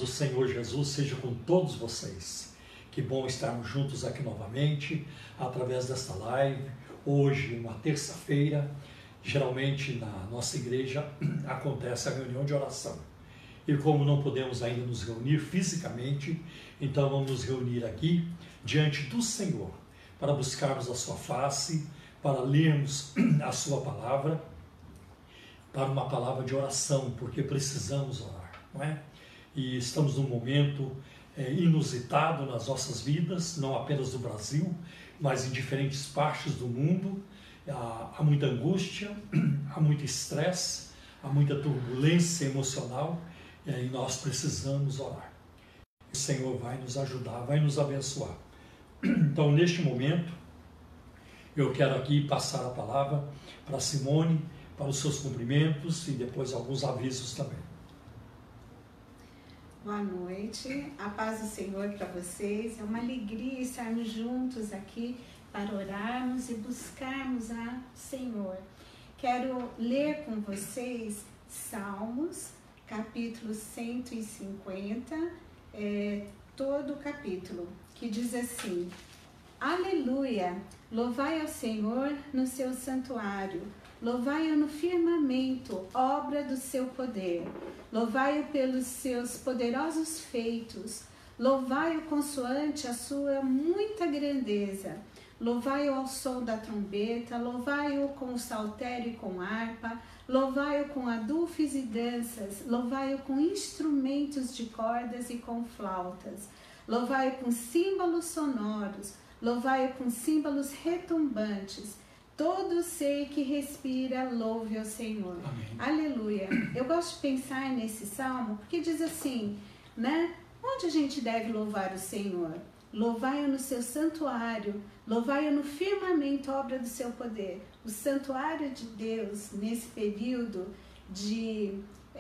do Senhor Jesus seja com todos vocês. Que bom estarmos juntos aqui novamente, através desta live. Hoje, uma terça-feira, geralmente na nossa igreja acontece a reunião de oração. E como não podemos ainda nos reunir fisicamente, então vamos nos reunir aqui diante do Senhor, para buscarmos a sua face, para lermos a sua palavra, para uma palavra de oração, porque precisamos orar, não é? E estamos num momento inusitado nas nossas vidas, não apenas no Brasil, mas em diferentes partes do mundo. Há muita angústia, há muito estresse, há muita turbulência emocional, e nós precisamos orar. O Senhor vai nos ajudar, vai nos abençoar. Então, neste momento, eu quero aqui passar a palavra para Simone, para os seus cumprimentos e depois alguns avisos também. Boa noite, a paz do Senhor para vocês. É uma alegria estarmos juntos aqui para orarmos e buscarmos a Senhor. Quero ler com vocês Salmos, capítulo 150, todo o capítulo, que diz assim: Aleluia! Louvai ao Senhor no seu santuário, louvai-o no firmamento, obra do seu poder. Louvai-o pelos seus poderosos feitos, louvai-o consoante a sua muita grandeza. Louvai-o ao som da trombeta, louvai-o com o saltério e com harpa, louvai-o com adufes e danças, louvai-o com instrumentos de cordas e com flautas, louvai-o com símbolos sonoros, louvai-o com símbolos retumbantes. Todo ser que respira, louve ao Senhor. Amém. Aleluia. Eu gosto de pensar nesse salmo, porque diz assim, né? Onde a gente deve louvar o Senhor? Louvai-o no seu santuário, louvai-o no firmamento, obra do seu poder. O santuário de Deus, nesse período de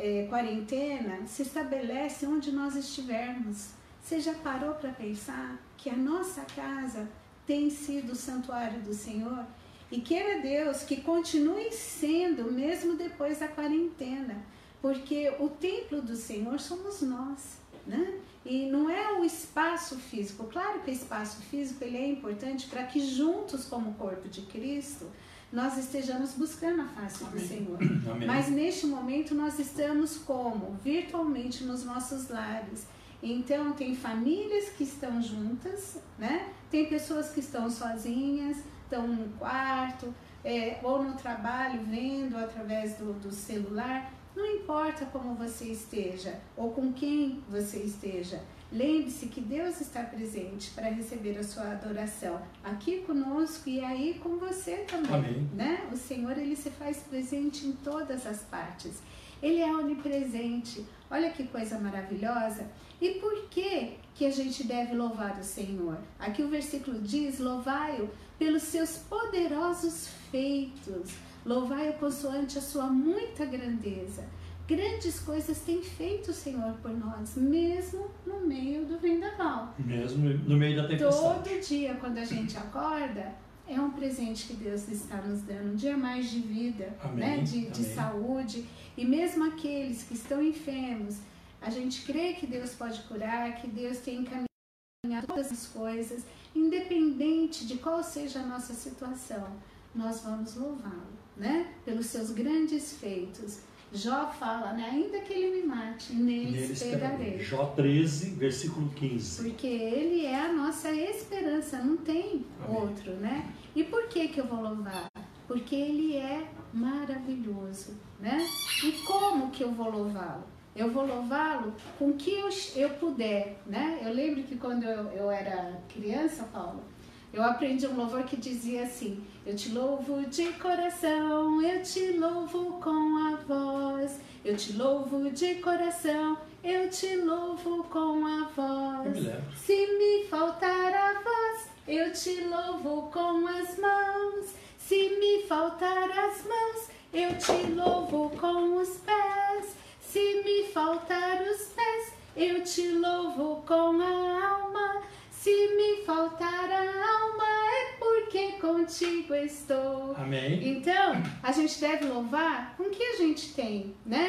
quarentena, se estabelece onde nós estivermos. Você já parou para pensar que a nossa casa tem sido o santuário do Senhor? E queira Deus que continue sendo, mesmo depois da quarentena, porque o templo do Senhor somos nós, né? E não é o espaço físico. Claro que o espaço físico ele é importante para que juntos, como corpo de Cristo, nós estejamos buscando a face do Senhor. Amém. Mas neste momento nós estamos como? Virtualmente nos nossos lares. Então tem famílias que estão juntas, né? Tem pessoas que estão sozinhas, estão num quarto, ou no trabalho, vendo através do celular. Não importa como você esteja, ou com quem você esteja, lembre-se que Deus está presente para receber a sua adoração, aqui conosco e aí com você também. Amém. Né? O Senhor, Ele se faz presente em todas as partes. Ele é onipresente. Olha que coisa maravilhosa. E por que a gente deve louvar o Senhor? Aqui o versículo diz, louvai-o pelos seus poderosos feitos. Louvai-o consoante a sua muita grandeza. Grandes coisas tem feito o Senhor por nós, mesmo no meio do vendaval. Mesmo no meio da tempestade. Todo dia, quando a gente acorda, é um presente que Deus está nos dando. Um dia mais de vida, Amém. Né? De saúde. E mesmo aqueles que estão enfermos, a gente crê que Deus pode curar, que Deus tem encaminhado todas as coisas, independente de qual seja a nossa situação, nós vamos louvá-lo, né? Pelos seus grandes feitos. Jó fala, né? Ainda que ele me mate, nele esperarei. Jó 13, versículo 15. Porque ele é a nossa esperança, não tem Amém. Outro, né? E por que eu vou louvar? Porque ele é maravilhoso, né? E como que eu vou louvá-lo? Eu vou louvá-lo com o que eu puder, né? Eu lembro que quando eu era criança, Paulo, eu aprendi um louvor que dizia assim: eu te louvo de coração, eu te louvo com a voz, eu te louvo de coração, eu te louvo com a voz. Eu me lembro. Se me faltar a voz, eu te louvo com as mãos. Se me faltar as mãos, eu te louvo com os pés. Se me faltar os pés, eu te louvo com a alma. Se me faltar a alma, é porque contigo estou. Amém. Então, a gente deve louvar com o que a gente tem, né?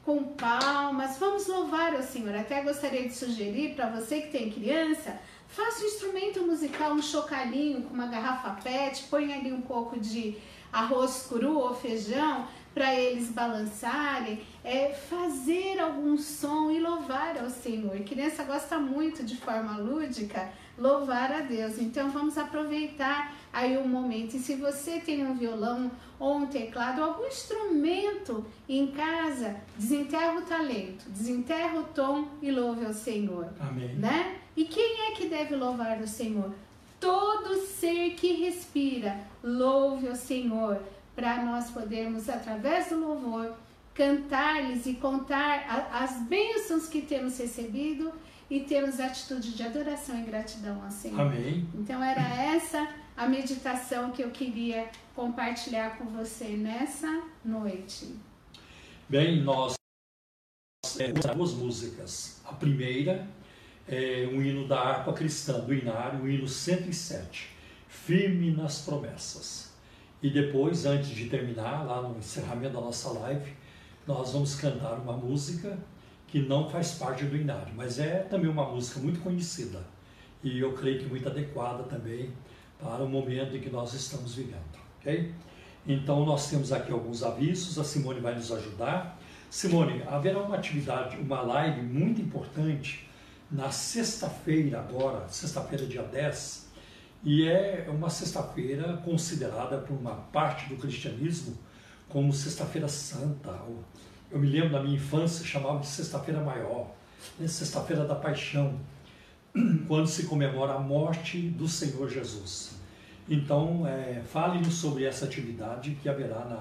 com palmas, vamos louvar ao Senhor. Até gostaria de sugerir para você que tem criança, faça um instrumento musical, um chocalhinho com uma garrafa PET, põe ali um pouco de arroz cru ou feijão para eles balançarem, fazer algum som e louvar ao Senhor. A criança gosta muito de forma lúdica louvar a Deus, então vamos aproveitar aí um momento. E se você tem um violão ou um teclado, algum instrumento em casa, desenterra o talento, desenterra o tom e louve ao Senhor. Amém. Né? E quem é que deve louvar o Senhor? Todo ser que respira, louve ao Senhor, para nós podermos, através do louvor, cantar-lhes e contar as bênçãos que temos recebido e termos atitude de adoração e gratidão ao Senhor. Amém. Então era essa a meditação que eu queria compartilhar com você nessa noite. Bem, nós temos duas músicas. A primeira é um hino da harpa cristã, do Inário, o hino 107, Firme nas Promessas. E depois, antes de terminar, lá no encerramento da nossa live, nós vamos cantar uma música que não faz parte do Inário, mas é também uma música muito conhecida e eu creio que muito adequada também para o momento em que nós estamos vivendo, ok? Então nós temos aqui alguns avisos, a Simone vai nos ajudar. Simone, haverá uma atividade, uma live muito importante na sexta-feira agora, sexta-feira dia 10, e é uma sexta-feira considerada por uma parte do cristianismo como Sexta-feira Santa. Eu me lembro da minha infância, chamava de Sexta-feira Maior, né? Sexta-feira da Paixão, quando se comemora a morte do Senhor Jesus. Então, fale-nos sobre essa atividade que haverá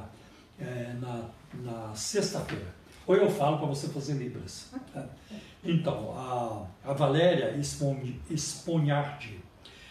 na sexta-feira. Ou eu falo para você fazer Libras. Então, a Valéria Esponhardi,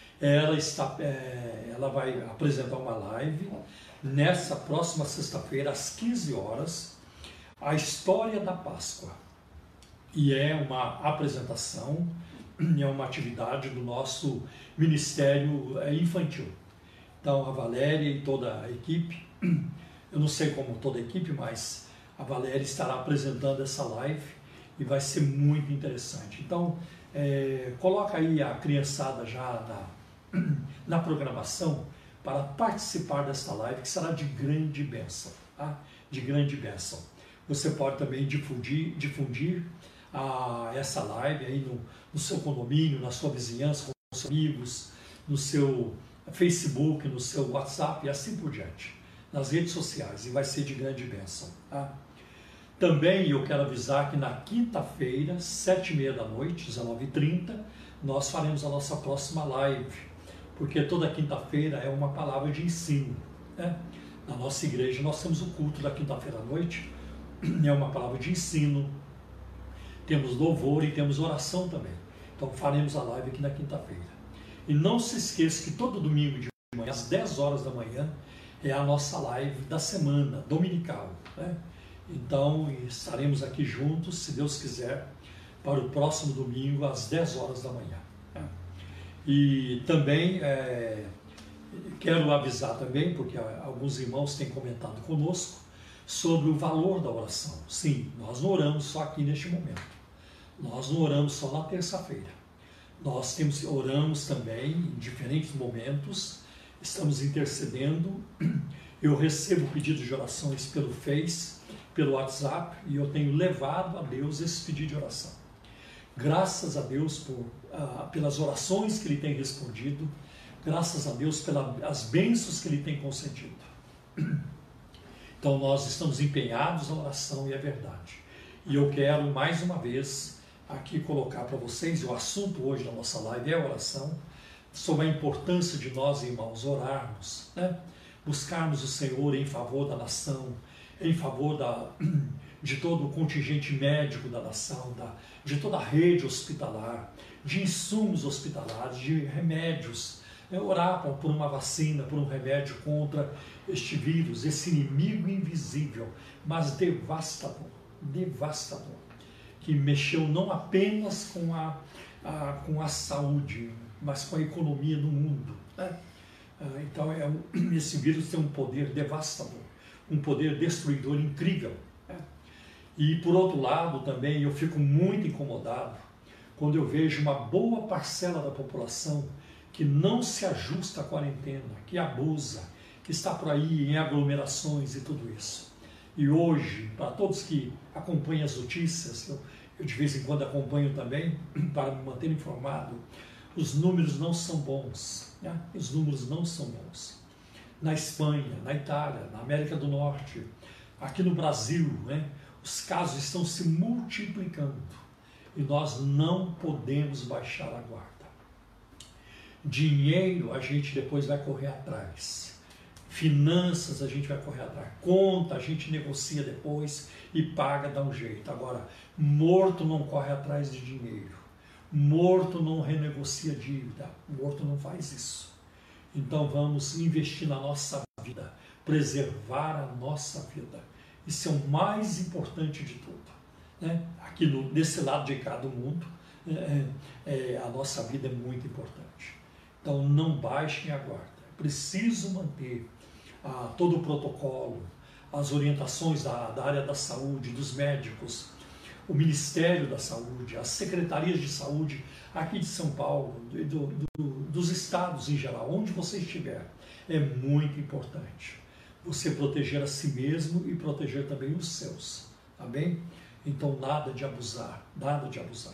ela vai apresentar uma live nessa próxima sexta-feira, às 15 horas, a história da Páscoa. E é uma apresentação, é uma atividade do nosso Ministério Infantil. Então, a Valéria e toda a equipe, eu não sei como toda a equipe, mas a Valéria estará apresentando essa live e vai ser muito interessante. Então, coloca aí a criançada já na programação para participar desta live, que será de grande bênção, tá? De grande bênção. Você pode também difundir essa live aí no seu condomínio, na sua vizinhança, com os seus amigos, no seu Facebook, no seu WhatsApp e assim por diante, nas redes sociais, e vai ser de grande bênção, tá? Também eu quero avisar que na quinta-feira, 7h30 da noite, 19h30, nós faremos a nossa próxima live, porque toda quinta-feira é uma palavra de ensino, né? Na nossa igreja nós temos o culto da quinta-feira à noite, é uma palavra de ensino, temos louvor e temos oração também. Então faremos a live aqui na quinta-feira. E não se esqueça que todo domingo de manhã, às 10 horas da manhã, é a nossa live da semana, dominical, né? Então estaremos aqui juntos, se Deus quiser, para o próximo domingo, às 10 horas da manhã. E também quero avisar também, porque alguns irmãos têm comentado conosco, sobre o valor da oração. Sim, nós não oramos só aqui neste momento. Nós não oramos só na terça-feira. Nós oramos também em diferentes momentos, estamos intercedendo. Eu recebo pedidos de orações pelo Face, pelo WhatsApp, e eu tenho levado a Deus esse pedido de oração. Graças a Deus pelas orações que Ele tem respondido, graças a Deus pelas bênçãos que Ele tem concedido. Então nós estamos empenhados na oração e é verdade. E eu quero mais uma vez aqui colocar para vocês, o assunto hoje da nossa live é a oração, sobre a importância de nós, irmãos, orarmos, né? Buscarmos o Senhor em favor da nação, em favor de todo o contingente médico da nação, de toda a rede hospitalar, de insumos hospitalares, de remédios, orar por uma vacina, por um remédio contra este vírus, esse inimigo invisível, mas devastador, que mexeu não apenas com a saúde, mas com a economia no mundo, né? Então esse vírus tem um poder devastador, um poder destruidor incrível, né? E por outro lado também eu fico muito incomodado quando eu vejo uma boa parcela da população que não se ajusta à quarentena, que abusa, que está por aí em aglomerações e tudo isso. E hoje, para todos que acompanham as notícias, eu de vez em quando acompanho também, para me manter informado, os números não são bons, né? Os números não são bons. Na Espanha, na Itália, na América do Norte, aqui no Brasil, né? Os casos estão se multiplicando e nós não podemos baixar a guarda. Dinheiro a gente depois vai correr atrás. Finanças a gente vai correr atrás. Conta a gente negocia depois e paga, dá um jeito. Agora, morto não corre atrás de dinheiro. Morto não renegocia dívida. Morto não faz isso. Então vamos investir na nossa vida, preservar a nossa vida. Isso é o mais importante de tudo, né? Aqui nesse lado de cá do mundo, a nossa vida é muito importante. Então não baixem a guarda. É preciso manter todo o protocolo, as orientações da área da saúde, dos médicos, o Ministério da Saúde, as secretarias de saúde aqui de São Paulo, dos estados em geral, onde você estiver. É muito importante você proteger a si mesmo e proteger também os seus, tá bem? Então nada de abusar, nada de abusar.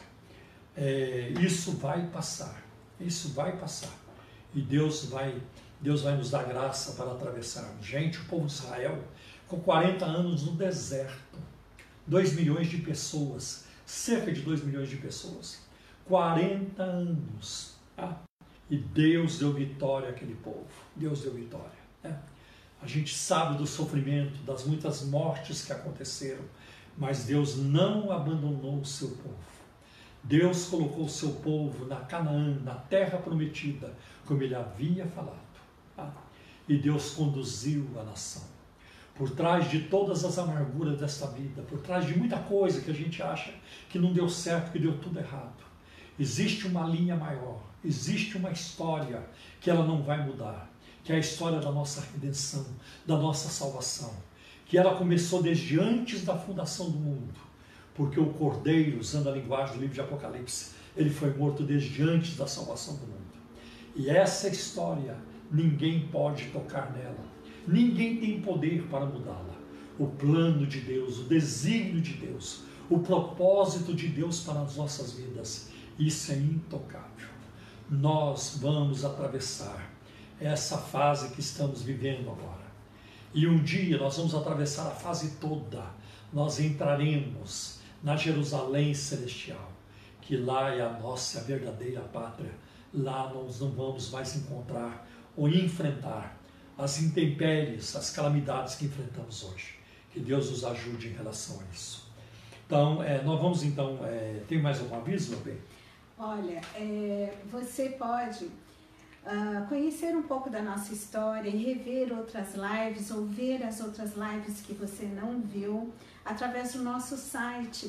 Isso vai passar, isso vai passar. E Deus vai nos dar graça para atravessarmos. Gente, o povo de Israel, com 40 anos no deserto, 2 milhões de pessoas, cerca de 2 milhões de pessoas, 40 anos, tá? E Deus deu vitória àquele povo, Deus deu vitória, né? A gente sabe do sofrimento, das muitas mortes que aconteceram, mas Deus não abandonou o seu povo. Deus colocou o seu povo na Canaã, na terra prometida, como ele havia falado, tá? E Deus conduziu a nação. Por trás de todas as amarguras desta vida, por trás de muita coisa que a gente acha que não deu certo, que deu tudo errado, existe uma linha maior, existe uma história que ela não vai mudar, que é a história da nossa redenção, da nossa salvação, que ela começou desde antes da fundação do mundo, porque o Cordeiro, usando a linguagem do livro de Apocalipse, ele foi morto desde antes da salvação do mundo. E essa história, ninguém pode tocar nela. Ninguém tem poder para mudá-la. O plano de Deus, o desígnio de Deus, o propósito de Deus para as nossas vidas, isso é intocável. Nós vamos atravessar essa fase que estamos vivendo agora. E um dia nós vamos atravessar a fase toda. Nós entraremos na Jerusalém celestial, que lá é a nossa verdadeira pátria. Lá nós não vamos mais encontrar ou enfrentar as intempéries, as calamidades que enfrentamos hoje. Que Deus nos ajude em relação a isso. Então, nós vamos tem mais algum aviso, meu bem? Olha, você pode conhecer um pouco da nossa história e rever outras lives ou ver as outras lives que você não viu através do nosso site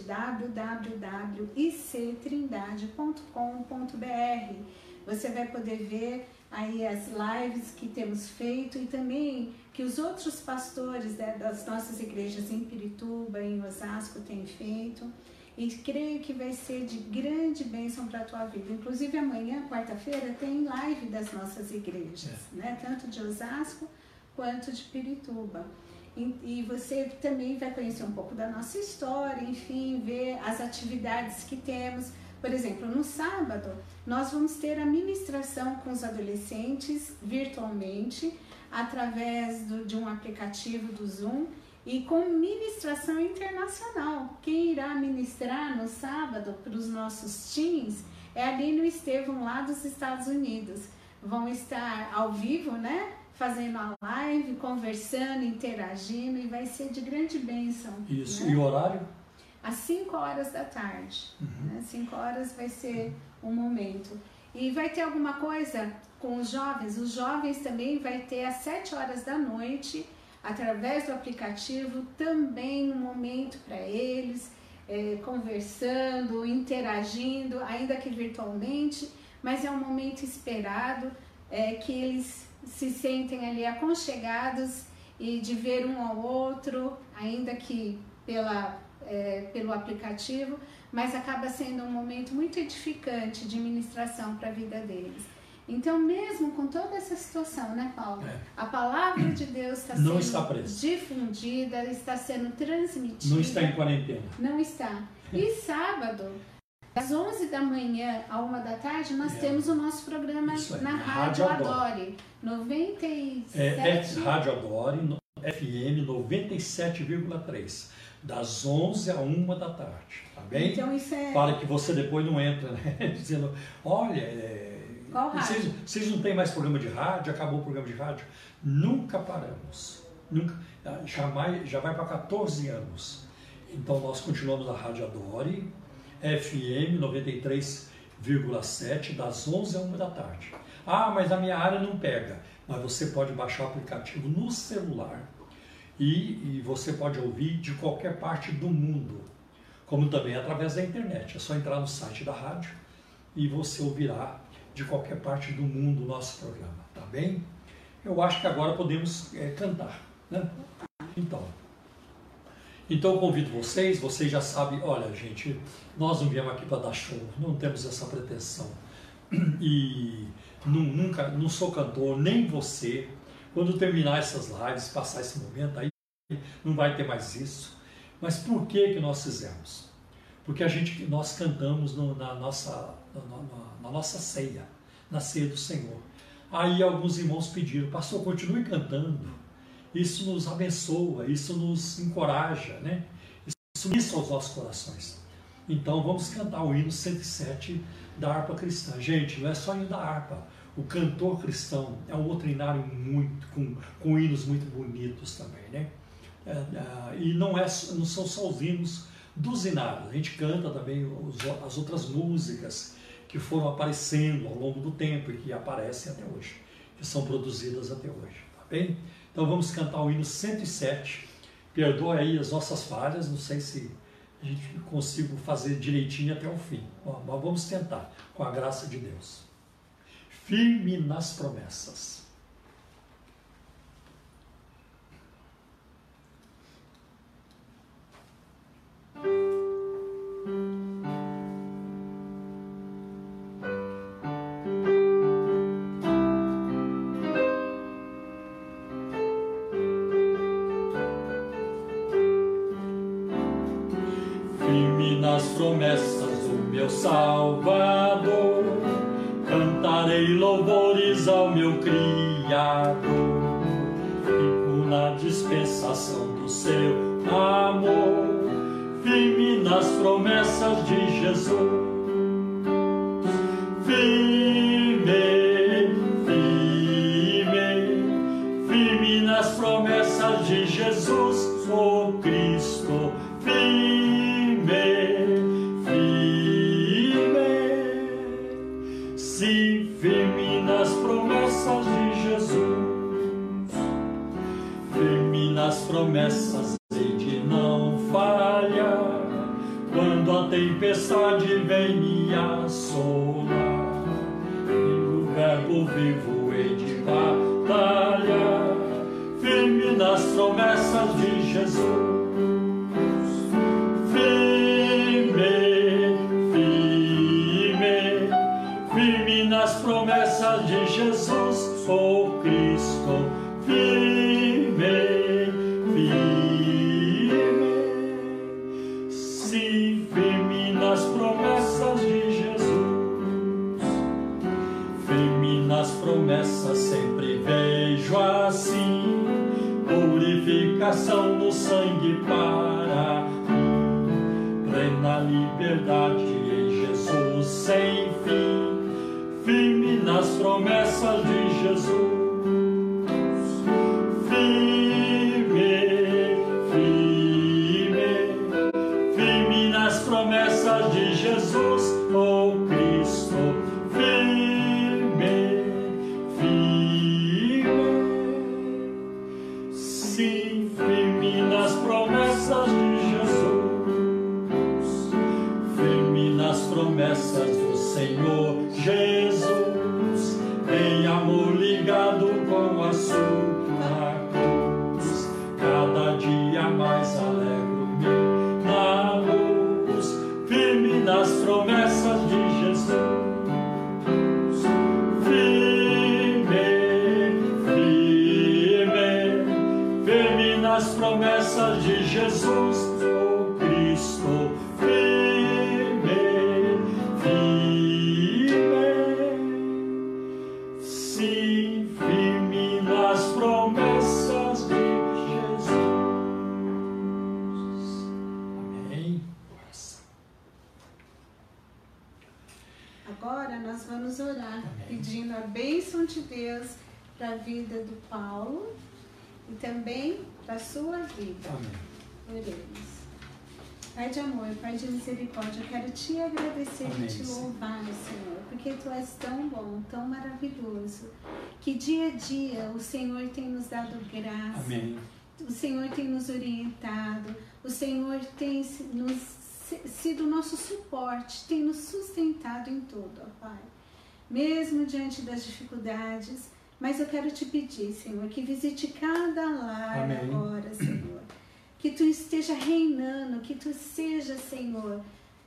www.ictrindade.com.br. Você vai poder ver aí as lives que temos feito e também que os outros pastores das nossas igrejas em Pirituba, em Osasco têm feito. E creio que vai ser de grande bênção para a tua vida. Inclusive amanhã, quarta-feira, tem live das nossas igrejas, né? Tanto de Osasco quanto de Pirituba. E você também vai conhecer um pouco da nossa história, enfim, ver as atividades que temos. Por exemplo, no sábado, nós vamos ter a ministração com os adolescentes virtualmente, através de um aplicativo do Zoom, e com ministração internacional. Quem irá ministrar no sábado para os nossos teens é ali no Estevão, lá dos Estados Unidos. Vão estar ao vivo, né? Fazendo a live, conversando, interagindo, e vai ser de grande bênção. Isso, né? E o horário? Às 5 horas da tarde. Né? 5 horas vai ser um momento. E vai ter alguma coisa com os jovens também vai ter às 7 horas da noite, através do aplicativo, também um momento para eles, conversando, interagindo, ainda que virtualmente, mas é um momento esperado, que eles se sentem ali aconchegados e de ver um ao outro, ainda que pela pelo aplicativo, mas acaba sendo um momento muito edificante de ministração para a vida deles. Então, mesmo com toda essa situação, né, Paulo? A palavra de Deus está sendo difundida, está sendo transmitida. Não está em quarentena. Não está. E sábado, das 11 da manhã à 1 da tarde, nós temos o nosso programa na Rádio Adore. 97... Rádio Adore, FM 97,3. Das 11 a 1 da tarde, tá bem? Então, isso é... Para que você depois não entre, né? Dizendo, olha... Vocês não têm mais programa de rádio, acabou o programa de rádio. Nunca paramos. Nunca, já vai para 14 anos. Então nós continuamos na Rádio Adore, FM 93,7, das 11 a 1 da tarde. Ah, mas a minha área não pega. Mas você pode baixar o aplicativo no celular e você pode ouvir de qualquer parte do mundo. Como também através da internet. É só entrar no site da rádio e você ouvirá de qualquer parte do mundo o nosso programa, tá bem? Eu acho que agora podemos cantar, né? Então eu convido vocês já sabem, olha gente, nós não viemos aqui para dar show, não temos essa pretensão, e não sou cantor, nem você. Quando terminar essas lives, passar esse momento, aí não vai ter mais isso. Mas por que nós fizemos? Porque nós cantamos na nossa ceia, na ceia do Senhor. Aí alguns irmãos pediram, pastor, continue cantando, isso nos abençoa, isso nos encoraja, né? Isso ministra aos nossos corações. Então vamos cantar o hino 107 da harpa cristã. Gente, não é só hino da harpa, o cantor cristão é um outro inário com hinos muito bonitos também, né? E não são só os hinos dos inários, a gente canta também as outras músicas que foram aparecendo ao longo do tempo e que aparecem até hoje, que são produzidas até hoje, tá bem? Então vamos cantar o hino 107, perdoa aí as nossas falhas, não sei se a gente consigo fazer direitinho até o fim, mas vamos tentar, com a graça de Deus. Firme nas promessas. Promessas do meu Salvador, cantarei louvores ao meu Criador, fico na dispensação do seu amor, firme nas promessas de Jesus. Firme nas promessas de Jesus, sou Cristo, firme nas promessas de Jesus, firme nas promessas hei de não falhar, quando a tempestade vem me assolar, e o verbo vivo hei de batalhar, firme nas promessas de Jesus. Nas promessas de Jesus, sou Cristo, firme. Sim, firme nas promessas de Jesus, firme nas promessas sempre vejo assim, purificação no sangue para mim, plena liberdade em Jesus sem fim. Firme nas promessas de Jesus, firme nas promessas de Jesus, oh Cristo, sim, firme nas promessas de Jesus, firme nas promessas do Senhor Jesus, em amor ligado com a sua cruz, cada dia mais alegro-me na Jesus, o Cristo firme, sim, firme nas promessas de Jesus. Amém. Agora nós vamos orar, amém, pedindo a bênção de Deus para a vida do Paulo e também para a sua vida. Amém. Oremos. Pai de amor, Pai de misericórdia, eu quero te agradecer amém, e te louvar, Senhor, porque Tu és tão bom, tão maravilhoso, que dia a dia o Senhor tem nos dado graça, amém, o Senhor tem nos orientado, o Senhor tem sido nosso suporte, tem nos sustentado em tudo, ó Pai. Mesmo diante das dificuldades, mas eu quero te pedir, Senhor, que visite cada lar amém, agora, Senhor. Que Tu esteja reinando, que Tu seja, Senhor,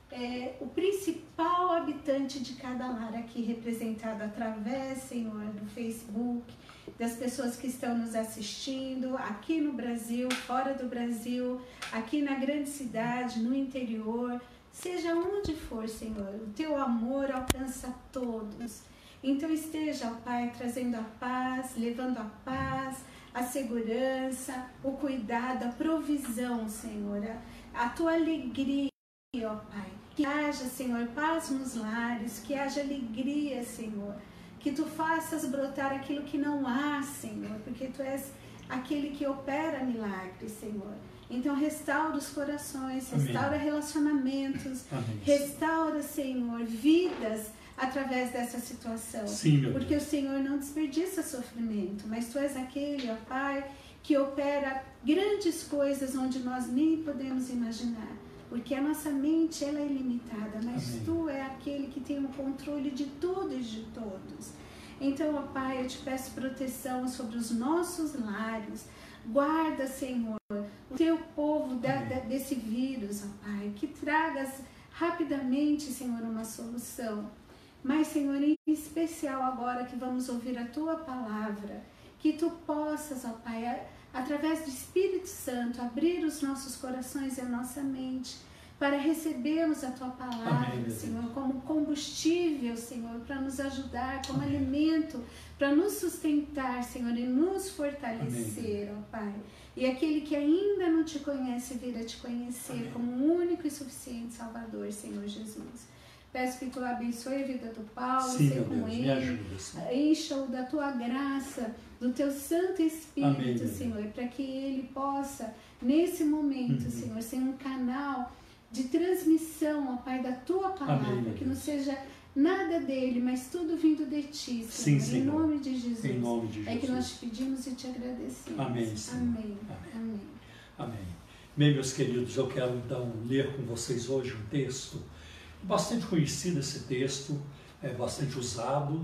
o principal habitante de cada lar aqui representado através, Senhor, do Facebook, das pessoas que estão nos assistindo aqui no Brasil, fora do Brasil, aqui na grande cidade, no interior, seja onde for, Senhor, o Teu amor alcança todos. Então esteja, ó Pai, trazendo a paz, levando a paz, a segurança, o cuidado, a provisão, Senhor, a Tua alegria, ó Pai. Que haja, Senhor, paz nos lares, que haja alegria, Senhor. Que Tu faças brotar aquilo que não há, Senhor, porque Tu és aquele que opera milagres, Senhor. Então restaura os corações, restaura amém, relacionamentos, amém, restaura, Senhor, vidas através dessa situação. Sim, meu porque Deus. O Senhor não desperdiça sofrimento, mas Tu és aquele, ó Pai, que opera grandes coisas onde nós nem podemos imaginar. Porque a nossa mente, ela é ilimitada, mas amém, Tu é aquele que tem o controle de tudo e de todos. Então, ó Pai, eu Te peço proteção sobre os nossos lares. Guarda, Senhor, o Teu povo desse vírus, ó Pai, que tragas rapidamente, Senhor, uma solução. Mas, Senhor, em especial agora que vamos ouvir a Tua palavra, que Tu possas, ó Pai, através do Espírito Santo, abrir os nossos corações e a nossa mente para recebermos a Tua palavra, amém, Senhor, como combustível, Senhor, para nos ajudar, como amém, alimento, para nos sustentar, Senhor, e nos fortalecer, amém, ó Pai. E aquele que ainda não Te conhece, vir a Te conhecer amém, como o único e suficiente Salvador, Senhor Jesus. Peço que Tu abençoe a vida do Paulo, seja com ele, encha-o da Tua graça, do Teu Santo Espírito, amém, Senhor, para que ele possa, nesse momento, Senhor, ser um canal de transmissão, ó Pai, da Tua palavra, amém, que não seja nada dele, mas tudo vindo de Ti, Senhor, sim, em nome de Jesus. Em nome de Jesus. É que nós te pedimos e Te agradecemos. Amém, Senhor. Amém. Amém. Amém. Bem, meus queridos, eu quero então ler com vocês hoje um texto bastante conhecido. Esse texto é bastante usado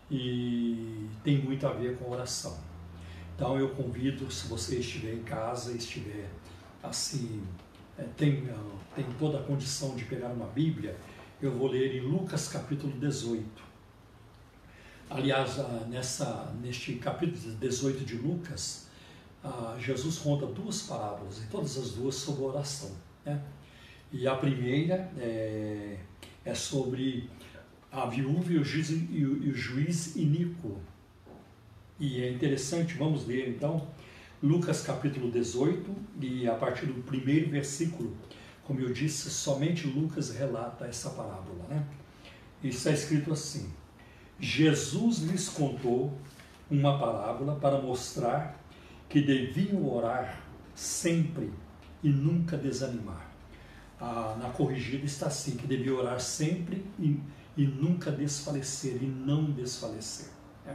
e tem muito a ver com oração. Então eu convido, se você estiver em casa, estiver assim, tem toda a condição de pegar uma Bíblia, eu vou ler em Lucas capítulo 18. Aliás, neste capítulo 18 de Lucas, Jesus conta duas parábolas, e todas as duas sobre oração, né? E a primeira é sobre a viúva e o juiz iníquo. E é interessante, vamos ler então Lucas capítulo 18, e a partir do primeiro versículo, como eu disse, somente Lucas relata essa parábola, né? E está escrito assim: Jesus lhes contou uma parábola para mostrar que deviam orar sempre e nunca desanimar. Na corrigida está assim, que devia orar sempre e nunca desfalecer, e não desfalecer.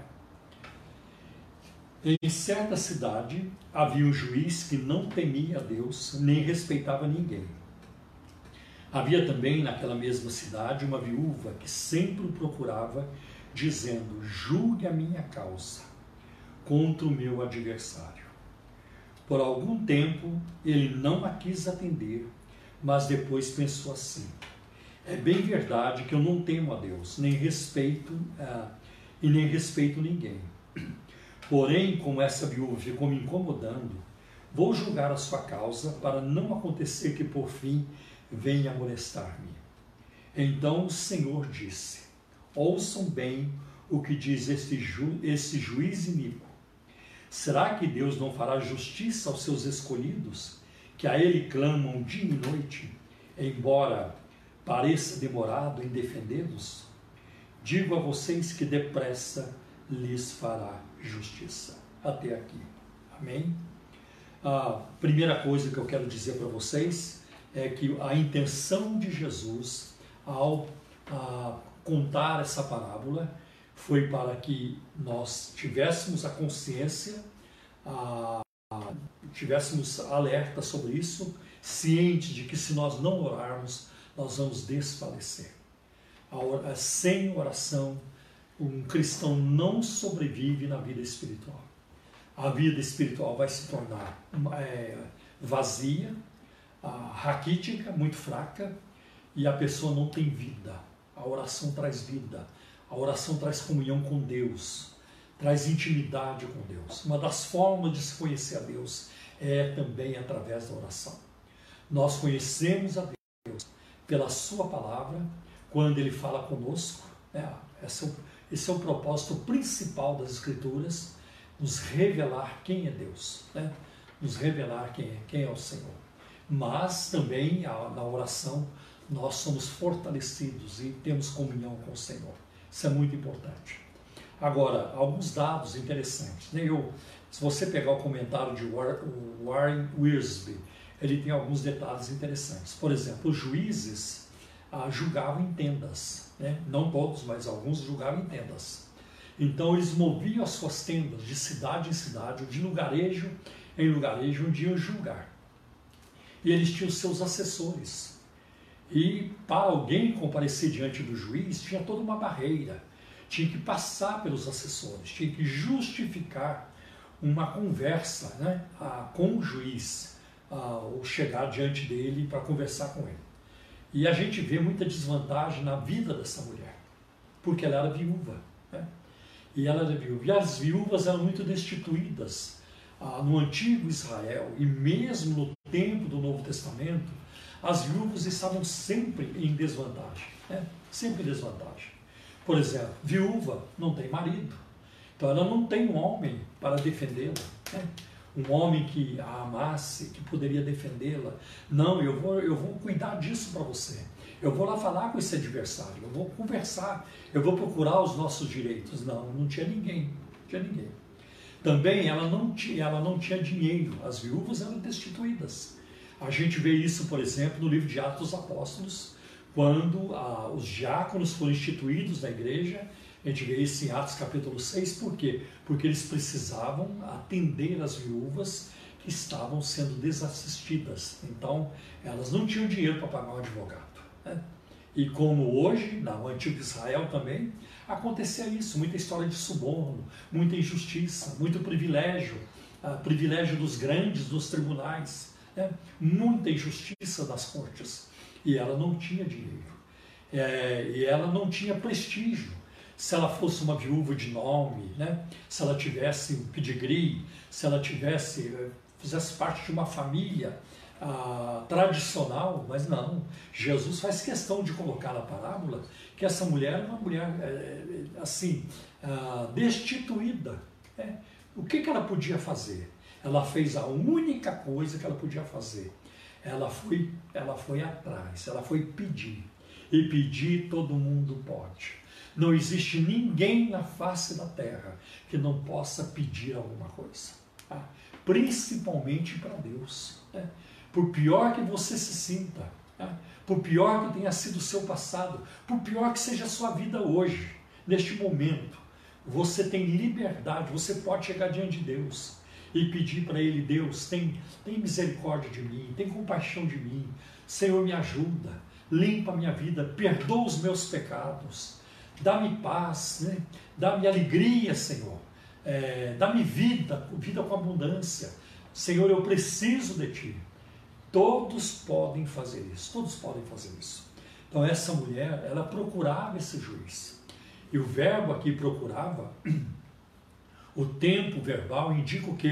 Em certa cidade havia um juiz que não temia a Deus, nem respeitava ninguém. Havia também naquela mesma cidade uma viúva que sempre o procurava, dizendo: julgue a minha causa contra o meu adversário. Por algum tempo ele não a quis atender, mas depois pensou assim: é bem verdade que eu não temo a Deus, nem respeito ninguém. Porém, como essa viúva ficou me incomodando, Vou julgar a sua causa, para não acontecer que por fim venha molestar-me. Então o Senhor disse: ouçam bem o que diz esse juiz iníquo. Será que Deus não fará justiça aos seus escolhidos, que a Ele clamam dia e noite, embora pareça demorado em defendê-los? Digo a vocês que depressa lhes fará justiça. Até aqui. Amém? A primeira coisa que eu quero dizer para vocês é que a intenção de Jesus ao contar essa parábola foi para que nós tivéssemos a consciência, tivéssemos alerta sobre isso, ciente de que se nós não orarmos, nós vamos desfalecer. Sem oração, um cristão não sobrevive na vida espiritual. A vida espiritual vai se tornar vazia, raquítica, muito fraca, e a pessoa não tem vida. A oração traz vida, a oração traz comunhão com Deus, traz intimidade com Deus. Uma das formas de se conhecer a Deus é também através da oração. Nós conhecemos a Deus pela sua palavra, quando Ele fala conosco. Esse é o propósito principal das Escrituras, nos revelar quem é Deus, nos revelar quem é o Senhor. Mas também na oração nós somos fortalecidos e temos comunhão com o Senhor. Isso é muito importante. Agora, alguns dados interessantes. Se você pegar o comentário de Warren Wiersbe, ele tem alguns detalhes interessantes. Por exemplo, os juízes julgavam em tendas, não todos, mas alguns julgavam em tendas. Então eles moviam as suas tendas de cidade em cidade, de lugarejo em lugarejo, onde iam julgar. E eles tinham seus assessores. E para alguém comparecer diante do juiz, tinha toda uma barreira. Tinha que passar pelos assessores, tinha que justificar uma conversa com o juiz, ou chegar diante dele para conversar com ele. E a gente vê muita desvantagem na vida dessa mulher, porque ela era viúva. E ela era viúva. E as viúvas eram muito destituídas. No antigo Israel, e mesmo no tempo do Novo Testamento, as viúvas estavam sempre em desvantagem. Sempre em desvantagem. Por exemplo, viúva não tem marido. Então ela não tem um homem para defendê-la. Um homem que a amasse, que poderia defendê-la. Não, eu vou cuidar disso para você. Eu vou lá falar com esse adversário, eu vou conversar, eu vou procurar os nossos direitos. Não tinha ninguém, Também ela não tinha dinheiro, as viúvas eram destituídas. A gente vê isso, por exemplo, no livro de Atos dos Apóstolos, quando os diáconos foram instituídos na igreja. A gente vê isso em Atos capítulo 6, por quê? Porque eles precisavam atender as viúvas que estavam sendo desassistidas. Então, elas não tinham dinheiro para pagar um advogado. E como hoje, no antigo Israel também, acontecia isso, muita história de suborno, muita injustiça, muito privilégio, privilégio dos grandes, dos tribunais, muita injustiça das cortes. E ela não tinha dinheiro, e ela não tinha prestígio. Se ela fosse uma viúva de nome, se ela tivesse um pedigree, se ela fizesse parte de uma família tradicional, mas não. Jesus faz questão de colocar na parábola que essa mulher é uma mulher destituída. O que ela podia fazer? Ela fez a única coisa que ela podia fazer. Ela foi atrás, ela foi pedir. E pedir todo mundo pode. Não existe ninguém na face da terra que não possa pedir alguma coisa. Principalmente para Deus. Por pior que você se sinta, por pior que tenha sido o seu passado, por pior que seja a sua vida hoje, neste momento, você tem liberdade, você pode chegar diante de Deus e pedir para Ele: Deus, tem misericórdia de mim, tem compaixão de mim, Senhor, me ajuda, limpa a minha vida, perdoa os meus pecados, dá-me paz, dá-me alegria, Senhor, dá-me vida com abundância, Senhor, eu preciso de Ti. Todos podem fazer isso, todos podem fazer isso. Então essa mulher, ela procurava esse juiz. E o verbo aqui procurava, o tempo verbal indica o quê?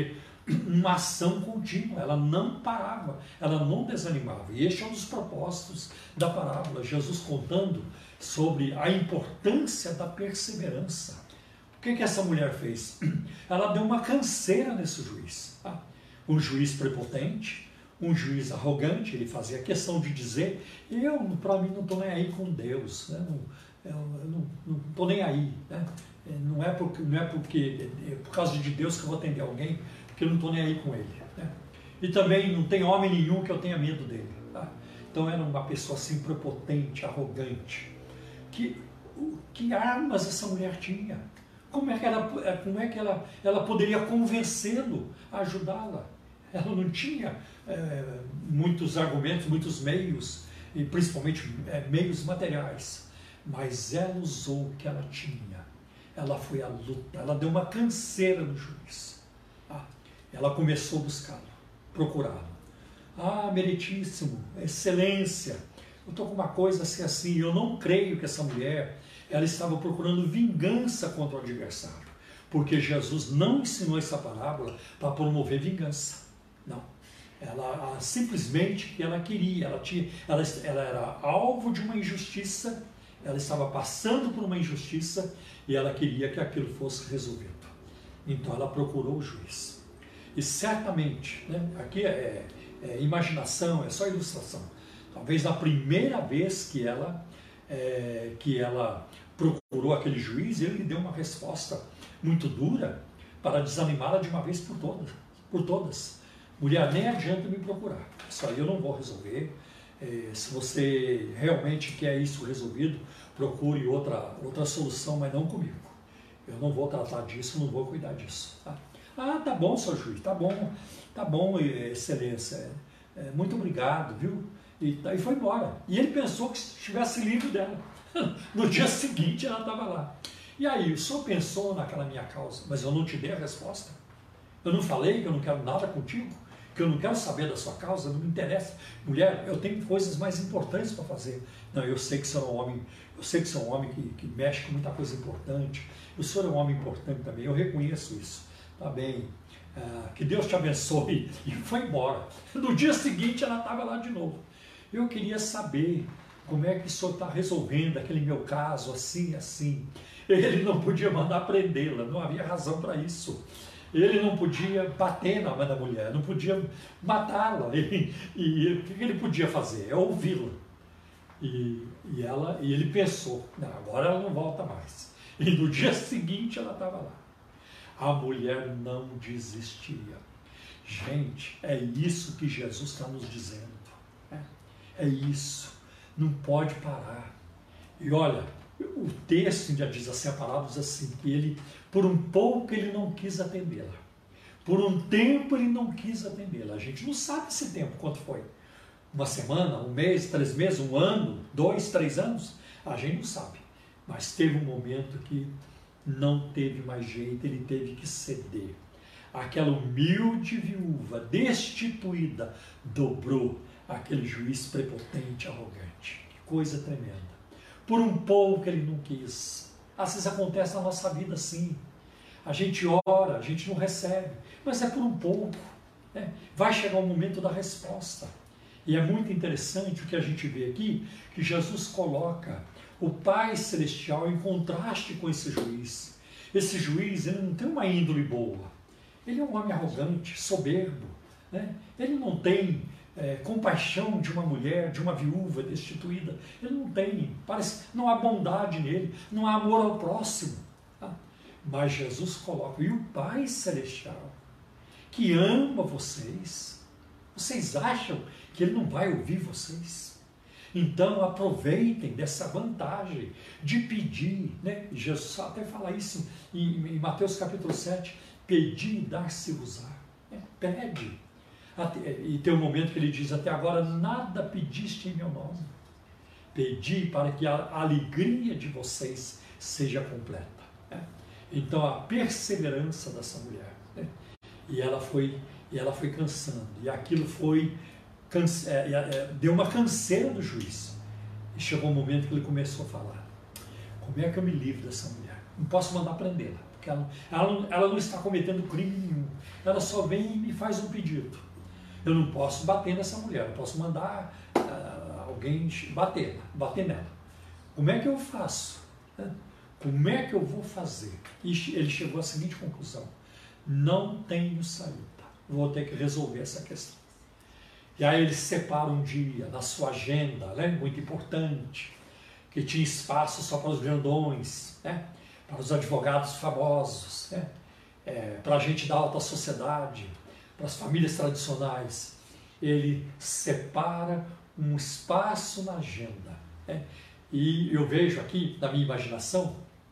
uma ação contínua, ela não parava, ela não desanimava. E este é um dos propósitos da parábola, Jesus contando sobre a importância da perseverança. O que essa mulher fez? Ela deu uma canseira nesse juiz. Um juiz prepotente, um juiz arrogante, ele fazia questão de dizer, para mim, não estou nem aí com Deus, né? Eu não estou nem aí, né? Não é por causa de Deus que eu vou atender alguém, porque eu não estou nem aí com ele, né? E também não tem homem nenhum que eu tenha medo dele. Tá? Então era uma pessoa assim prepotente, arrogante. Que armas essa mulher tinha? Como é que ela poderia convencê-lo a ajudá-la? Ela não tinha muitos argumentos, muitos meios, e principalmente meios materiais, mas ela usou o que ela tinha. Ela foi à luta, ela deu uma canseira no juiz. Ela começou a buscá-lo, procurá-lo. Meritíssimo, excelência, eu estou com uma coisa assim, eu não creio que essa mulher, ela estava procurando vingança contra o adversário, porque Jesus não ensinou essa parábola para promover vingança, não. Ela simplesmente que ela queria, ela era alvo de uma injustiça, ela estava passando por uma injustiça e ela queria que aquilo fosse resolvido. Então ela procurou o juiz. E certamente, né, aqui é imaginação, é só ilustração. Talvez na primeira vez que ela procurou aquele juiz, ele lhe deu uma resposta muito dura para desanimá-la de uma vez por todas. Mulher, nem adianta me procurar, isso aí eu não vou resolver. Se você realmente quer isso resolvido, procure outra solução, mas não comigo. Eu não vou tratar disso, não vou cuidar disso. Tá bom, seu juiz, tá bom, excelência, muito obrigado, viu? E foi embora. E ele pensou que estivesse livre dela. No dia seguinte ela estava lá. E aí, o senhor pensou naquela minha causa, mas eu não te dei a resposta? Eu não falei que eu não quero nada contigo? Que eu não quero saber da sua causa, não me interessa. Mulher, eu tenho coisas mais importantes para fazer. Não, eu sei que você é um homem, que mexe com muita coisa importante. O senhor é um homem importante também, eu reconheço isso. Tá bem, que Deus te abençoe. E foi embora. No dia seguinte ela estava lá de novo. Eu queria saber como é que o senhor está resolvendo aquele meu caso, assim, assim. Ele não podia mandar prendê-la, não havia razão para isso. Ele não podia bater na mãe da mulher, não podia matá-la. E o que ele podia fazer? É ouvi-la. E ele pensou, não, agora ela não volta mais. E no dia seguinte ela estava lá. A mulher não desistia. Gente, é isso que Jesus está nos dizendo. É isso. Não pode parar. E olha, o texto ainda diz assim, a palavra diz assim, que ele, por um pouco ele não quis atendê-la. Por um tempo ele não quis atendê-la. A gente não sabe esse tempo, quanto foi. Uma semana, um mês, 3 meses, 1 ano, 2, 3 anos? A gente não sabe. Mas teve um momento que não teve mais jeito, ele teve que ceder. Aquela humilde viúva, destituída, dobrou aquele juiz prepotente, arrogante. Que coisa tremenda. Por um pouco ele não quis. Às vezes acontece na nossa vida assim. A gente ora, a gente não recebe, mas é por um pouco. Né? Vai chegar o momento da resposta. E é muito interessante o que a gente vê aqui, que Jesus coloca o Pai Celestial em contraste com esse juiz. Esse juiz, ele não tem uma índole boa. Ele é um homem arrogante, soberbo. Né? Ele não tem compaixão de uma mulher, de uma viúva destituída. Ele não tem, não há bondade nele, não há amor ao próximo. Tá? Mas Jesus coloca, e o Pai Celestial, que ama vocês, vocês acham que ele não vai ouvir vocês? Então aproveitem dessa vantagem de pedir, né? Jesus até fala isso em Mateus capítulo 7, pedir e dar-se-vos-á. Pede. E tem um momento que ele diz, até agora nada pediste em meu nome. Pedi para que a alegria de vocês seja completa. Né? Então a perseverança dessa mulher. Né? E ela foi cansando. E aquilo deu uma canseira do juiz. E chegou um momento que ele começou a falar, como é que eu me livro dessa mulher? Não posso mandar prendê-la, porque ela não está cometendo crime nenhum. Ela só vem e me faz um pedido. Eu não posso bater nessa mulher, eu posso mandar alguém bater nela. Como é que eu faço? Como é que eu vou fazer? E ele chegou à seguinte conclusão: não tenho saída, vou ter que resolver essa questão. E aí ele separa um dia na sua agenda, né, muito importante, que tinha espaço só para os grandões, né, para os advogados famosos, né, para a gente da alta sociedade, para as famílias tradicionais. Ele separa um espaço na agenda, né, e eu vejo aqui, na minha imaginação,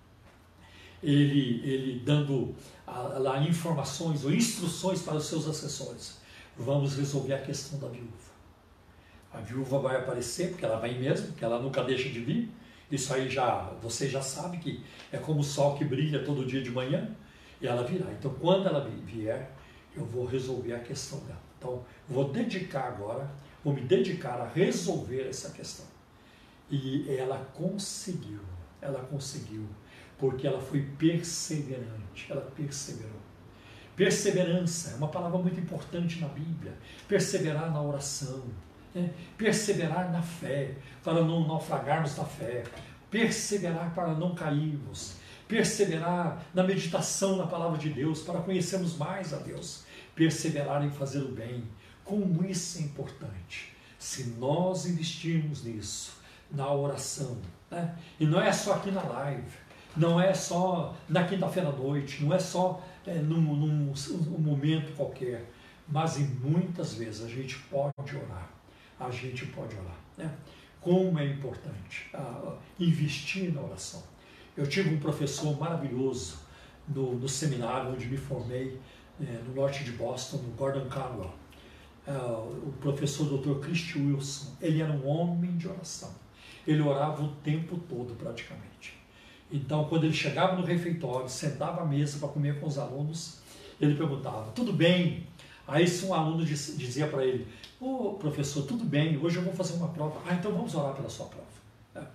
ele dando lá informações ou instruções para os seus assessores. Vamos resolver a questão da viúva. A viúva vai aparecer, porque ela vai mesmo, porque ela nunca deixa de vir. Isso aí você já sabe que é como o sol que brilha todo dia de manhã, e ela virá. Então, quando ela vier, eu vou resolver a questão dela. Então, vou me dedicar a resolver essa questão. E ela conseguiu, porque ela foi perseverante, ela perseverou. Perseverança é uma palavra muito importante na Bíblia. Perseverar na oração, né? Perseverar na fé, para não naufragarmos da fé. Perseverar para não cairmos. Perseverar na meditação na palavra de Deus, para conhecermos mais a Deus. Perseverar em fazer o bem. Como isso é importante. Se nós investirmos nisso, na oração, né? E não é só aqui na live, não é só na quinta-feira à noite, não é só num momento qualquer, mas em muitas vezes a gente pode orar, né? Como é importante investir na oração. Eu tive um professor maravilhoso no seminário onde me formei, no norte de Boston, no Gordon Conwell, o professor Dr. Christy Wilson. Ele era um homem de oração, ele orava o tempo todo praticamente. Então, quando ele chegava no refeitório, sentava à mesa para comer com os alunos, ele perguntava: tudo bem? Aí se um aluno dizia para ele: ô professor, tudo bem, hoje eu vou fazer uma prova. Então vamos orar pela sua prova.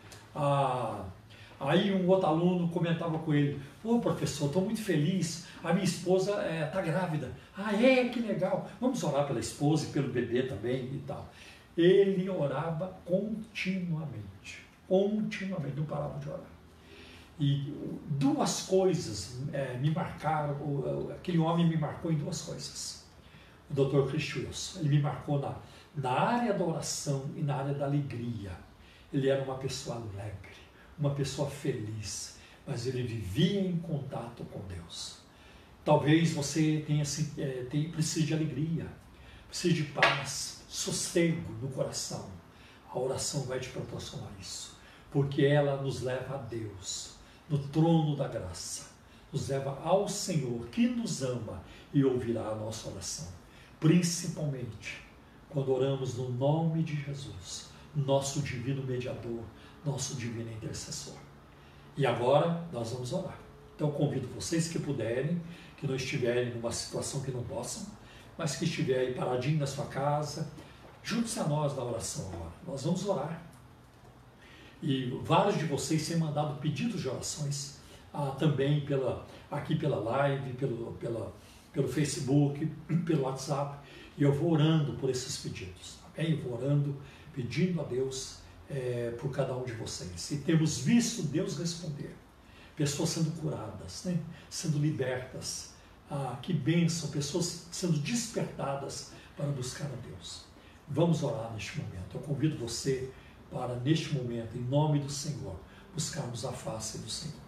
Aí um outro aluno comentava com ele: ô professor, estou muito feliz, a minha esposa está grávida. Que legal, vamos orar pela esposa e pelo bebê também e tal. Ele orava continuamente, não parava de orar. E duas coisas me marcaram, aquele homem me marcou em duas coisas. O Dr. Christy Wilson, ele me marcou na área da oração e na área da alegria. Ele era uma pessoa alegre, uma pessoa feliz, mas ele vivia em contato com Deus. Talvez você precise de alegria, precise de paz, sossego no coração. A oração vai te proporcionar isso, porque ela nos leva a Deus, no trono da graça, nos leva ao Senhor que nos ama e ouvirá a nossa oração, principalmente quando oramos no nome de Jesus, nosso divino mediador, nosso divino intercessor. E agora nós vamos orar. Então eu convido vocês que puderem, que não estiverem numa situação que não possam, mas que estiverem paradinho na sua casa, junte-se a nós na oração agora. Nós vamos orar. E vários de vocês têm mandado pedidos de orações também aqui pela live, pelo Facebook, pelo WhatsApp. E eu vou orando por esses pedidos, tá bem? Eu vou orando, pedindo a Deus por cada um de vocês. E temos visto Deus responder. Pessoas sendo curadas, né? Sendo libertas. Que bênção, pessoas sendo despertadas para buscar a Deus. Vamos orar neste momento. Eu convido você para, neste momento, em nome do Senhor, buscarmos a face do Senhor.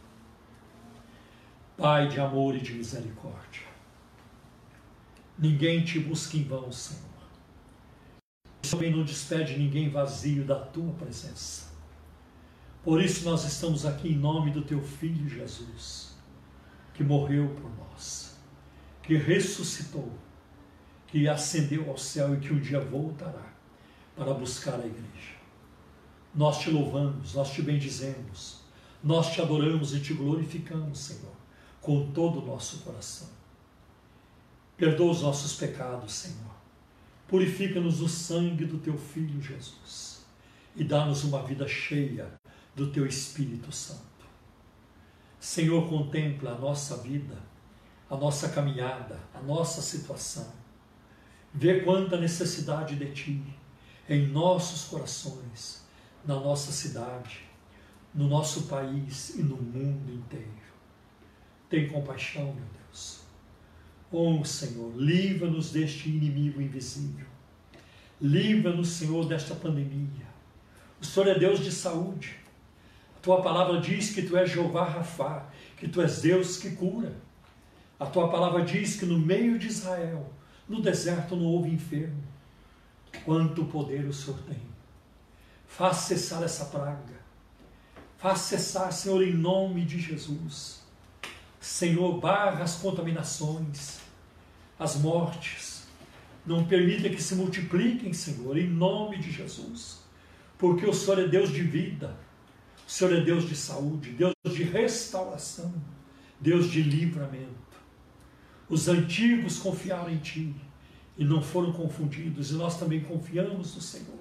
Pai de amor e de misericórdia, ninguém te busca em vão, Senhor. O Senhor também não despede ninguém vazio da tua presença. Por isso nós estamos aqui em nome do teu Filho Jesus, que morreu por nós, que ressuscitou, que ascendeu ao céu e que um dia voltará para buscar a igreja. Nós te louvamos, nós te bendizemos, nós te adoramos e te glorificamos, Senhor, com todo o nosso coração. Perdoa os nossos pecados, Senhor. Purifica-nos no sangue do teu Filho Jesus e dá-nos uma vida cheia do teu Espírito Santo. Senhor, contempla a nossa vida, a nossa caminhada, a nossa situação. Vê quanta necessidade de Ti em nossos corações, na nossa cidade, no nosso país e no mundo inteiro. Tem compaixão, meu Deus. Oh, Senhor, livra-nos deste inimigo invisível. Livra-nos, Senhor, desta pandemia. O Senhor é Deus de saúde. A Tua palavra diz que Tu és Jeová Rafá, que Tu és Deus que cura. A Tua palavra diz que no meio de Israel, no deserto, não houve enfermo. Quanto poder o Senhor tem. Faz cessar essa praga. Faz cessar, Senhor, em nome de Jesus. Senhor, barra as contaminações, as mortes. Não permita que se multipliquem, Senhor, em nome de Jesus. Porque o Senhor é Deus de vida. O Senhor é Deus de saúde, Deus de restauração, Deus de livramento. Os antigos confiaram em Ti e não foram confundidos, e nós também confiamos no Senhor.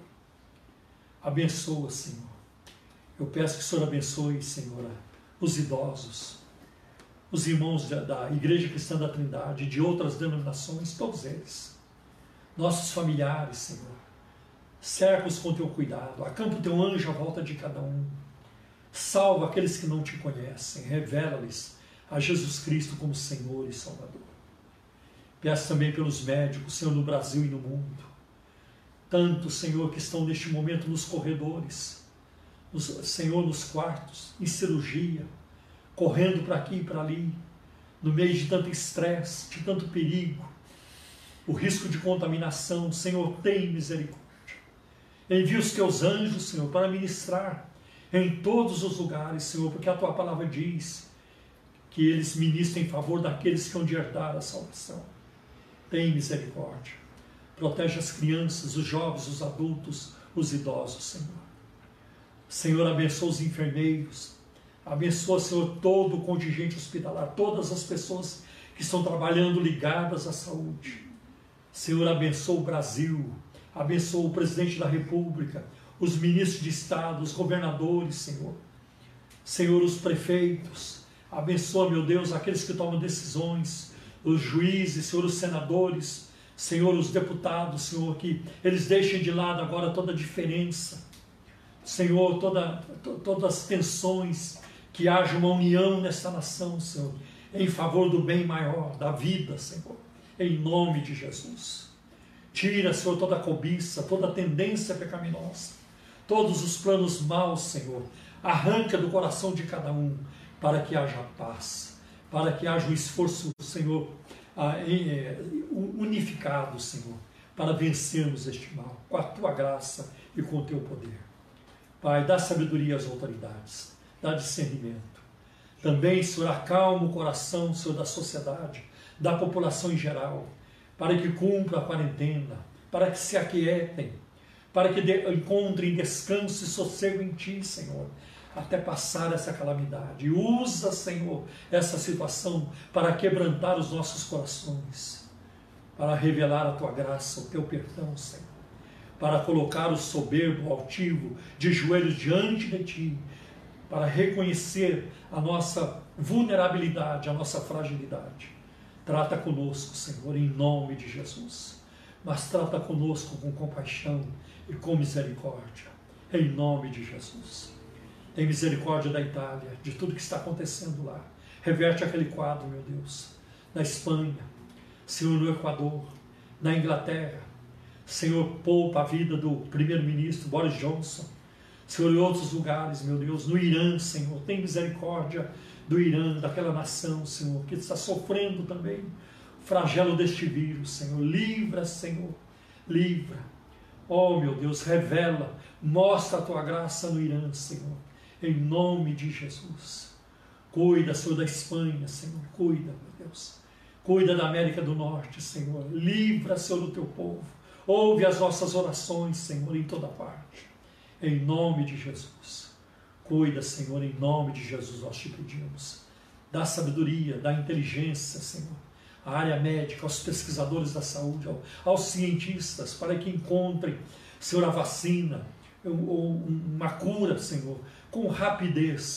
Abençoa, Senhor. Eu peço que o Senhor abençoe, Senhor, os idosos, os irmãos da Igreja Cristã da Trindade, de outras denominações, todos eles. Nossos familiares, Senhor. Cerca-os com Teu cuidado, acampa o Teu anjo à volta de cada um. Salva aqueles que não Te conhecem, revela-lhes a Jesus Cristo como Senhor e Salvador. Peço também pelos médicos, Senhor, no Brasil e no mundo. Tantos, Senhor, que estão neste momento nos corredores, Senhor, nos quartos, em cirurgia, correndo para aqui e para ali, no meio de tanto estresse, de tanto perigo, o risco de contaminação. Senhor, tem misericórdia. Envia os Teus anjos, Senhor, para ministrar em todos os lugares, Senhor, porque a Tua palavra diz que eles ministram em favor daqueles que hão de herdar a salvação. Tem misericórdia. Protege as crianças, os jovens, os adultos, os idosos, Senhor. Senhor, abençoa os enfermeiros. Abençoa, Senhor, todo o contingente hospitalar, todas as pessoas que estão trabalhando ligadas à saúde. Senhor, abençoa o Brasil. Abençoa o presidente da República, os ministros de Estado, os governadores, Senhor. Senhor, os prefeitos. Abençoa, meu Deus, aqueles que tomam decisões, os juízes, Senhor, os senadores, Senhor, os deputados, Senhor, que eles deixem de lado agora toda a diferença. Senhor, todas as tensões, que haja uma união nesta nação, Senhor, em favor do bem maior, da vida, Senhor, em nome de Jesus. Tira, Senhor, toda a cobiça, toda a tendência pecaminosa, todos os planos maus, Senhor. Arranca do coração de cada um, para que haja paz, para que haja um esforço, Senhor, unificado, Senhor, para vencermos este mal, com a Tua graça e com o Teu poder. Pai, dá sabedoria às autoridades, dá discernimento. Também, Senhor, acalma o coração, Senhor, da sociedade, da população em geral, para que cumpra a quarentena, para que se aquietem, para que encontrem descanso e sossego em Ti, Senhor, até passar essa calamidade. Usa, Senhor, essa situação para quebrantar os nossos corações, para revelar a Tua graça, o Teu perdão, Senhor, para colocar o soberbo, o altivo, de joelhos diante de Ti, para reconhecer a nossa vulnerabilidade, a nossa fragilidade. Trata conosco, Senhor, em nome de Jesus. Mas trata conosco com compaixão e com misericórdia, em nome de Jesus. Tem misericórdia da Itália, de tudo que está acontecendo lá. Reverte aquele quadro, meu Deus. Na Espanha, Senhor, no Equador, na Inglaterra. Senhor, poupa a vida do primeiro-ministro Boris Johnson. Senhor, em outros lugares, meu Deus, no Irã, Senhor, tem misericórdia do Irã, daquela nação, Senhor, que está sofrendo também o flagelo deste vírus, Senhor. Livra, Senhor, livra. Oh, meu Deus, revela, mostra a Tua graça no Irã, Senhor, em nome de Jesus. Cuida, Senhor, da Espanha, Senhor, cuida, meu Deus. Cuida da América do Norte, Senhor. Livra, Senhor, do Teu povo. Ouve as nossas orações, Senhor, em toda parte. Em nome de Jesus. Cuida, Senhor, em nome de Jesus nós Te pedimos. Dá sabedoria, dá inteligência, Senhor, à área médica, aos pesquisadores da saúde, aos cientistas, para que encontrem, Senhor, a vacina, uma cura, Senhor, com rapidez,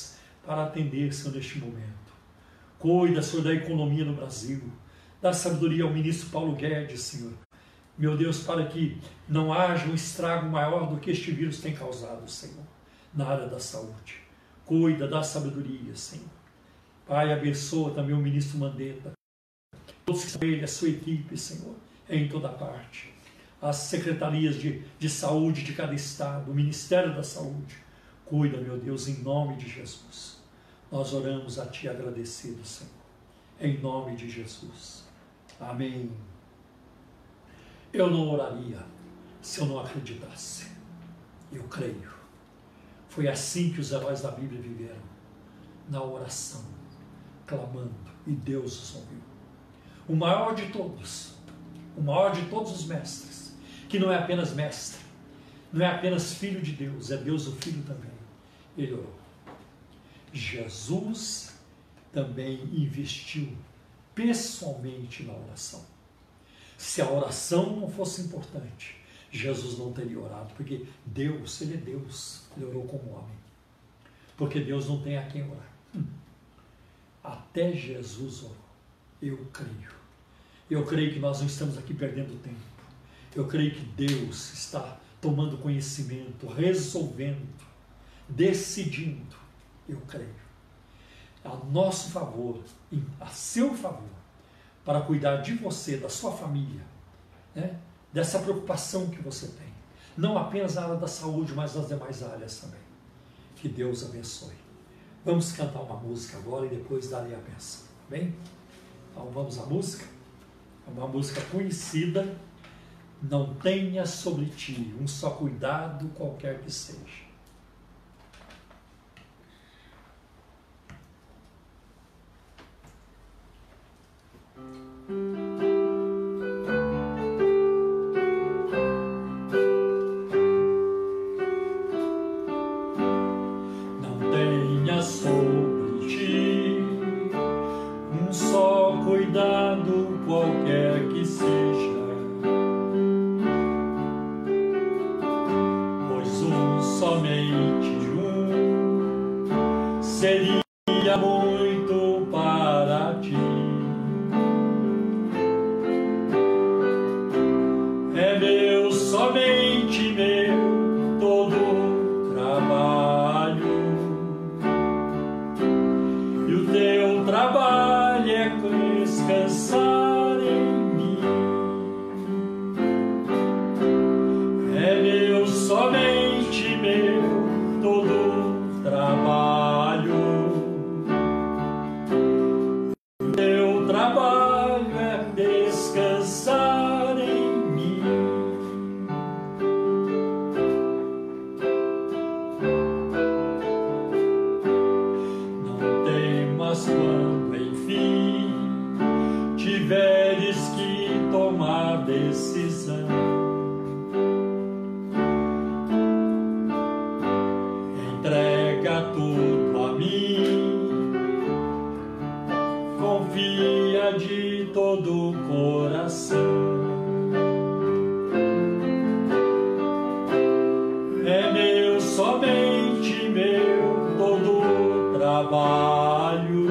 para atender, Senhor, neste momento. Cuida, Senhor, da economia no Brasil. Dá sabedoria ao ministro Paulo Guedes, Senhor. Meu Deus, para que não haja um estrago maior do que este vírus tem causado, Senhor, na área da saúde. Cuida, dá sabedoria, Senhor. Pai, abençoa também o ministro Mandetta. Todos que são ele, a sua equipe, Senhor, em toda parte. As secretarias de saúde de cada estado, o Ministério da Saúde. Cuida, meu Deus, em nome de Jesus. Nós oramos a Ti agradecidos, Senhor. Em nome de Jesus. Amém. Eu não oraria se eu não acreditasse. Eu creio. Foi assim que os heróis da Bíblia viveram. Na oração, clamando, e Deus os ouviu. O maior de todos os mestres, que não é apenas mestre, não é apenas filho de Deus, é Deus o Filho também. Ele orou. Jesus também investiu pessoalmente na oração. Se a oração não fosse importante, Jesus não teria orado, porque Deus, Ele é Deus, Ele orou como homem. Porque Deus não tem a quem orar. Até Jesus orou. Eu creio. Eu creio que nós não estamos aqui perdendo tempo. Eu creio que Deus está tomando conhecimento, resolvendo, decidindo. Eu creio. A nosso favor, a seu favor, para cuidar de você, da sua família, né? Dessa preocupação que você tem. Não apenas na área da saúde, mas nas demais áreas também. Que Deus abençoe. Vamos cantar uma música agora e depois darei a bênção. Bem? Então vamos à música. É uma música conhecida. Não tenha sobre ti um só cuidado, qualquer que seja. Não tenha sobre ti um só cuidado, qualquer que seja, pois somente um seria muito para ti. É meu, somente meu, todo trabalho, e o teu trabalho é descansar em mim. É meu, somente meu, todo trabalho, e o teu trabalho é descansar em mim. Não temas quando enfim tiveres que tomar decisão. Entrega tudo a mim, confia de todo o coração. É meu, somente meu, todo o trabalho,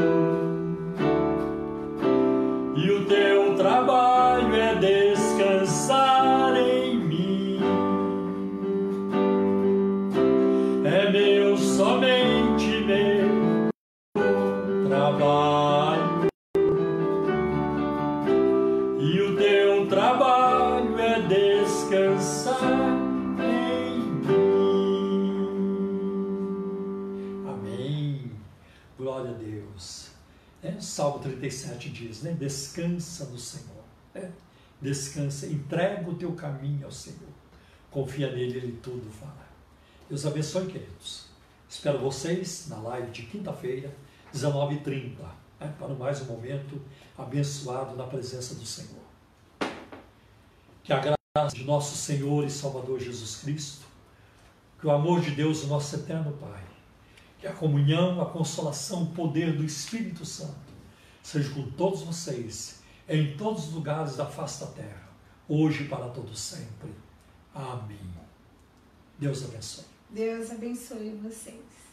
e o teu trabalho é descansar em mim. É meu, somente meu, trabalho, e o teu trabalho é descansar em mim. Amém. Glória a Deus. Salmo 37 diz, né? Descansa no Senhor. Né? Descansa, entrega o teu caminho ao Senhor. Confia nele, ele tudo fará. Deus abençoe, queridos. Espero vocês na live de quinta-feira, 19h30, né? Para mais um momento abençoado na presença do Senhor. Que a graça de nosso Senhor e Salvador Jesus Cristo, que o amor de Deus, o nosso eterno Pai, que a comunhão, a consolação, o poder do Espírito Santo seja com todos vocês, em todos os lugares da face da terra, hoje e para todos sempre. Amém. Deus abençoe. Deus abençoe vocês.